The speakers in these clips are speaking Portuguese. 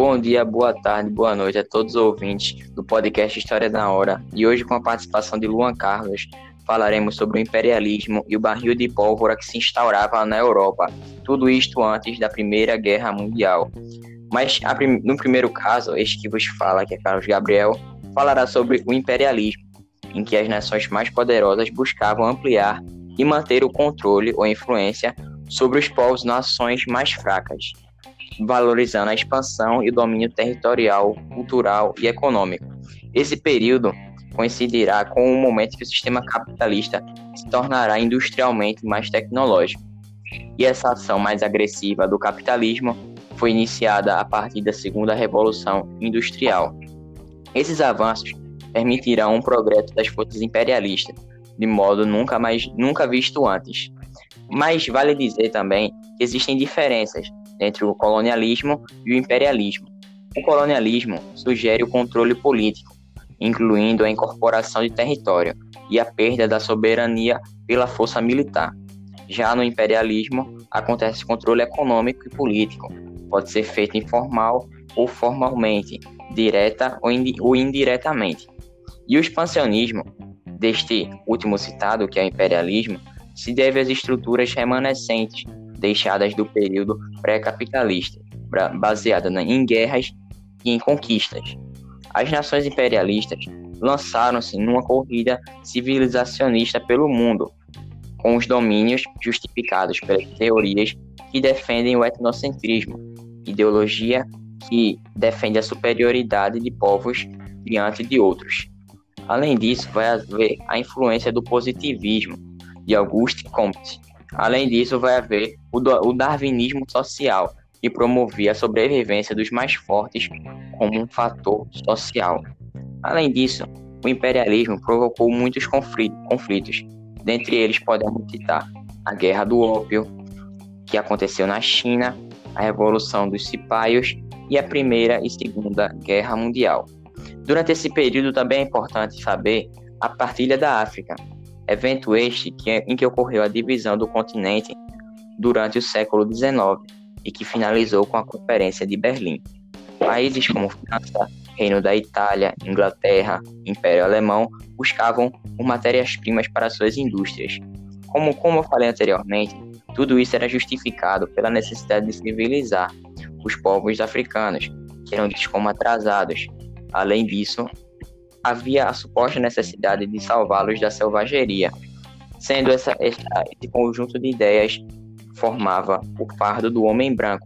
Bom dia, boa tarde, boa noite a todos os ouvintes do podcast História da Hora. E hoje, com a participação de Luan Carlos, falaremos sobre o imperialismo e o barril de pólvora que se instaurava na Europa. Tudo isto antes da Primeira Guerra Mundial. Mas, no primeiro caso, este que vos fala, que é Carlos Gabriel, falará sobre o imperialismo, em que as nações mais poderosas buscavam ampliar e manter o controle ou influência sobre os povos nações mais fracas, valorizando a expansão e o domínio territorial, cultural e econômico. Esse período coincidirá com o momento que o sistema capitalista se tornará industrialmente mais tecnológico. E essa ação mais agressiva do capitalismo foi iniciada a partir da Segunda Revolução Industrial. Esses avanços permitirão um progresso das forças imperialistas, de modo nunca visto antes. Mas vale dizer também que existem diferenças entre o colonialismo e o imperialismo. O colonialismo sugere o controle político, incluindo a incorporação de território e a perda da soberania pela força militar. Já no imperialismo, acontece controle econômico e político. Pode ser feito informal ou formalmente, direta ou indiretamente. E o expansionismo, deste último citado, que é o imperialismo, se deve às estruturas remanescentes deixadas do período pré-capitalista, baseada em guerras e em conquistas. As nações imperialistas lançaram-se numa corrida civilizacionista pelo mundo, com os domínios justificados pelas teorias que defendem o etnocentrismo, ideologia que defende a superioridade de povos diante de outros. Além disso, vai haver a influência do positivismo, de Auguste Comte. Além disso, vai haver o darwinismo social, que promovia a sobrevivência dos mais fortes como um fator social. Além disso, o imperialismo provocou muitos conflitos. Dentre eles, podemos citar a Guerra do Ópio, que aconteceu na China, a Revolução dos Cipaios e a Primeira e Segunda Guerra Mundial. Durante esse período, também é importante saber a partilha da África, evento este em que ocorreu a divisão do continente durante o século XIX e que finalizou com a Conferência de Berlim. Países como França, Reino da Itália, Inglaterra, Império Alemão buscavam por matérias-primas para suas indústrias. Como eu falei anteriormente, tudo isso era justificado pela necessidade de civilizar os povos africanos, que eram vistos como atrasados. Além disso, havia a suposta necessidade de salvá-los da selvageria, sendo esse conjunto de ideias formava o fardo do homem branco.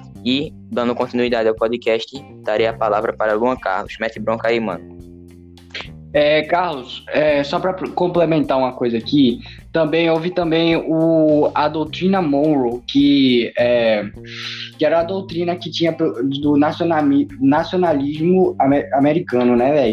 E, dando continuidade ao podcast, darei a palavra para Luan Carlos. Mete bronca aí, mano. Carlos, só para complementar uma coisa aqui, houve a doutrina Monroe, que era a doutrina que tinha do nacionalismo americano, né, velho?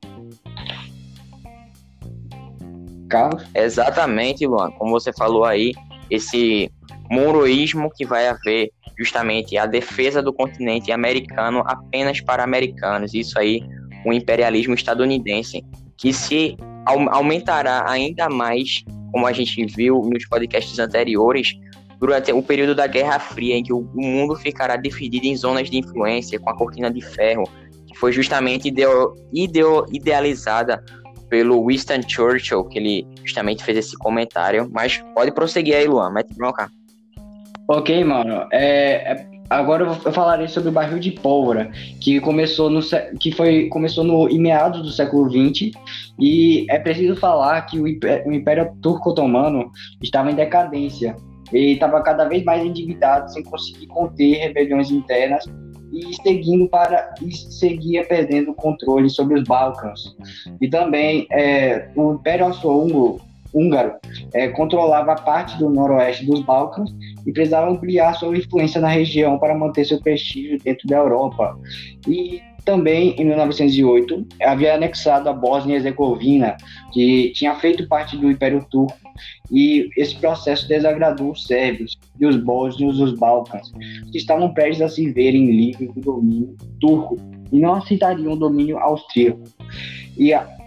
Carlos? Exatamente, Luan. Como você falou aí, esse monroísmo que vai haver justamente a defesa do continente americano apenas para americanos. Isso aí, o imperialismo estadunidense, que se aumentará ainda mais, como a gente viu nos podcasts anteriores, durante o período da Guerra Fria, em que o mundo ficará dividido em zonas de influência, com a cortina de ferro, que foi justamente idealizada pelo Winston Churchill, que ele justamente fez esse comentário. Mas pode prosseguir aí, Luan, mete bronca. Ok, mano. Agora eu falarei sobre o barril de pólvora, que começou em meados do século XX, e é preciso falar que o Império Turco-Otomano estava em decadência. Ele estava cada vez mais endividado, sem conseguir conter rebeliões internas, e seguia perdendo o controle sobre os Balcãs. E também o Império Austro-Húngaro controlava parte do noroeste dos Balcãs e precisava ampliar sua influência na região para manter seu prestígio dentro da Europa. E também, em 1908, havia anexado a Bósnia e Herzegovina, que tinha feito parte do Império Turco, e esse processo desagradou os sérvios e os bósnios dos Balcãs, que estavam prestes a se verem livres do domínio turco e não aceitariam o domínio austríaco. E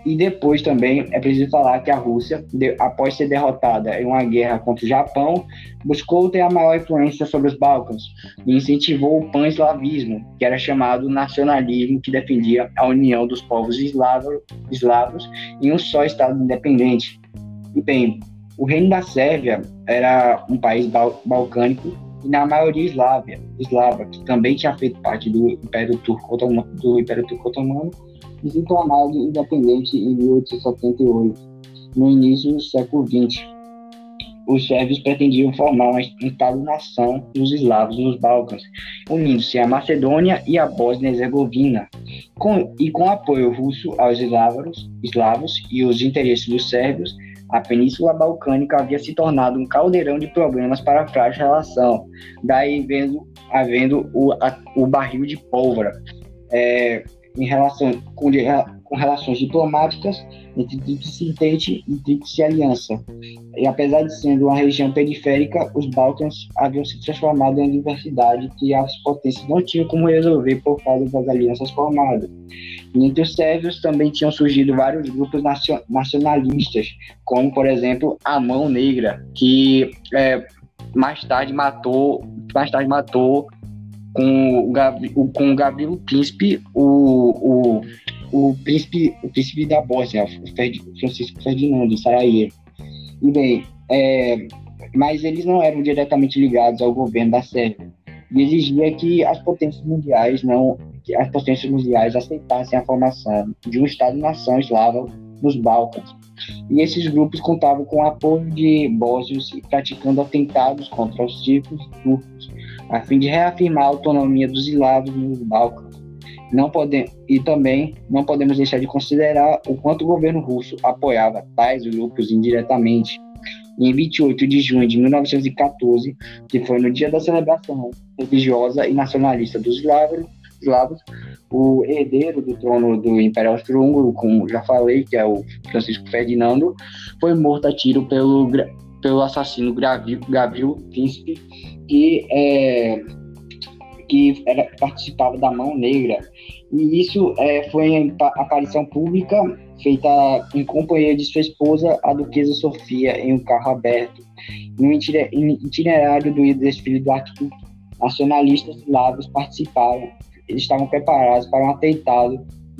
E depois também é preciso falar que a Rússia, após ser derrotada em uma guerra contra o Japão, buscou ter a maior influência sobre os Balcãs e incentivou o pan-eslavismo, que era chamado nacionalismo que defendia a união dos povos eslavos em um só Estado independente. E bem, o Reino da Sérvia era um país balcânico e na maioria eslava, que também tinha feito parte do Império Turco Otomano, e se tornado independente em 1878, no início do século XX. Os sérvios pretendiam formar um Estado-nação dos eslavos nos Balcãs, unindo-se a Macedônia e a Bósnia-Herzegovina. Com apoio russo aos eslavos e os interesses dos sérvios, a Península Balcânica havia se tornado um caldeirão de problemas para a frágil relação, daí havendo o barril de pólvora, em relação com relações diplomáticas entre Tríplice Entente e Tríplice Aliança. E apesar de sendo uma região periférica, os Balcãs haviam se transformado em uma diversidade que as potências não tinham como resolver por causa das alianças formadas. E entre os sérvios também tinham surgido vários grupos nacionalistas, como, por exemplo, a Mão Negra, que mais tarde matou com o Gavrilo Princip, o príncipe da Bósnia, Francisco Ferdinando de Sarajevo. E bem, mas eles não eram diretamente ligados ao governo da Sérvia e exigia que as potências mundiais aceitassem a formação de um Estado-nação eslavo nos Balcãs. E esses grupos contavam com o apoio de bósnios praticando atentados contra os círculos turcos, a fim de reafirmar a autonomia dos eslavos nos Balcãs. E também não podemos deixar de considerar o quanto o governo russo apoiava tais grupos indiretamente. E em 28 de junho de 1914, que foi no dia da celebração religiosa e nacionalista dos eslavos, o herdeiro do trono do Império Austro-Húngaro, como já falei, que é o Francisco Ferdinando, foi morto a tiro pelo assassino Gavrilo Princip, que participava da Mão Negra. E isso foi em aparição pública feita em companhia de sua esposa, a duquesa Sofia, em um carro aberto, no itinerário do desfile do arquiduque. Nacionalistas eslavos participaram, eles estavam preparados para um atentado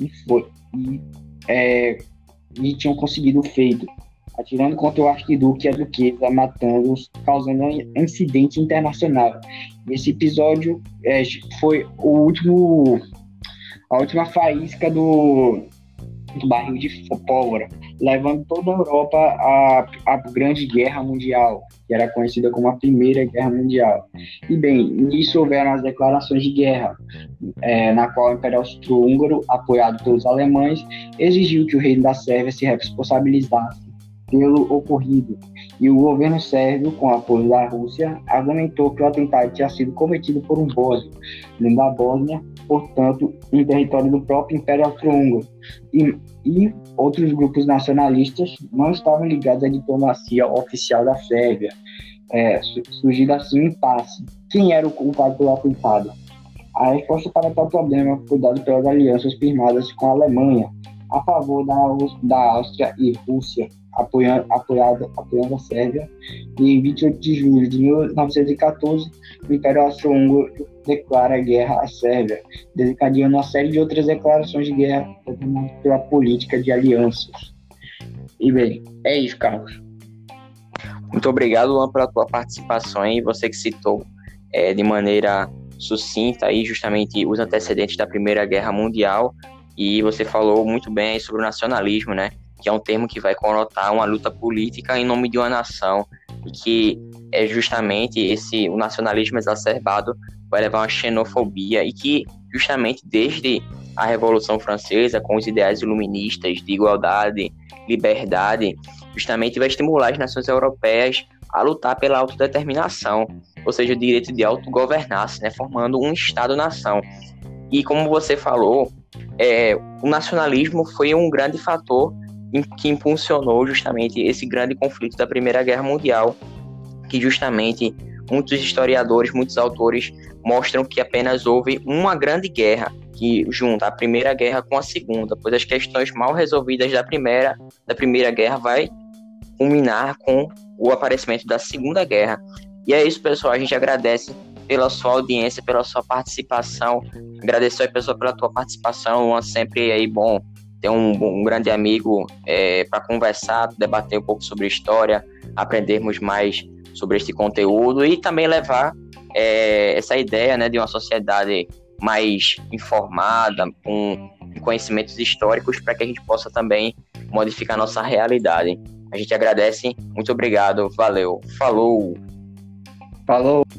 e tinham conseguido o feito, atirando contra o arquiduque e a duquesa, matando-os, causando um incidente internacional. Esse episódio foi a última faísca do barril de pólvora, levando toda a Europa à Grande Guerra Mundial, que era conhecida como a Primeira Guerra Mundial. E bem, nisso houveram as declarações de guerra, na qual o Império Austro-Húngaro, apoiado pelos alemães, exigiu que o reino da Sérvia se responsabilizasse pelo ocorrido, e o governo sérvio, com o apoio da Rússia, argumentou que o atentado tinha sido cometido por um bósnio, dentro da Bósnia, portanto, em território do próprio Império Austro-Húngaro, e outros grupos nacionalistas não estavam ligados à diplomacia oficial da Sérvia, surgindo assim um impasse. Quem era o culpado pelo atentado? A resposta para tal problema foi dada pelas alianças firmadas com a Alemanha, a favor da Áustria e Rússia, apoiando a Sérvia, e em 28 de julho de 1914, o Império Austro-Húngaro declara guerra à Sérvia, desencadeando uma série de outras declarações de guerra pela política de alianças. E bem, é isso, Carlos. Muito obrigado, Luan, pela tua participação aí, você que citou de maneira sucinta aí justamente os antecedentes da Primeira Guerra Mundial, e você falou muito bem aí sobre o nacionalismo, né? Que é um termo que vai conotar uma luta política em nome de uma nação, e que é justamente o nacionalismo exacerbado vai levar a uma xenofobia, e que justamente desde a Revolução Francesa, com os ideais iluministas de igualdade, liberdade, justamente vai estimular as nações europeias a lutar pela autodeterminação, ou seja, o direito de autogovernar-se, né, formando um Estado-nação. E como você falou, o nacionalismo foi um grande fator que impulsionou justamente esse grande conflito da Primeira Guerra Mundial, que justamente muitos historiadores, muitos autores mostram que apenas houve uma grande guerra que junta a Primeira Guerra com a Segunda, pois as questões mal resolvidas da Primeira Guerra vai culminar com o aparecimento da Segunda Guerra. E é isso, pessoal. A gente agradece pela sua audiência, pela sua participação. Agradeço aí, pessoal, pela tua participação. Luan, sempre aí bom ter um grande amigo para conversar, debater um pouco sobre história, aprendermos mais sobre este conteúdo e também levar essa ideia, né, de uma sociedade mais informada, com conhecimentos históricos, para que a gente possa também modificar nossa realidade. A gente agradece, muito obrigado, valeu, falou! Falou!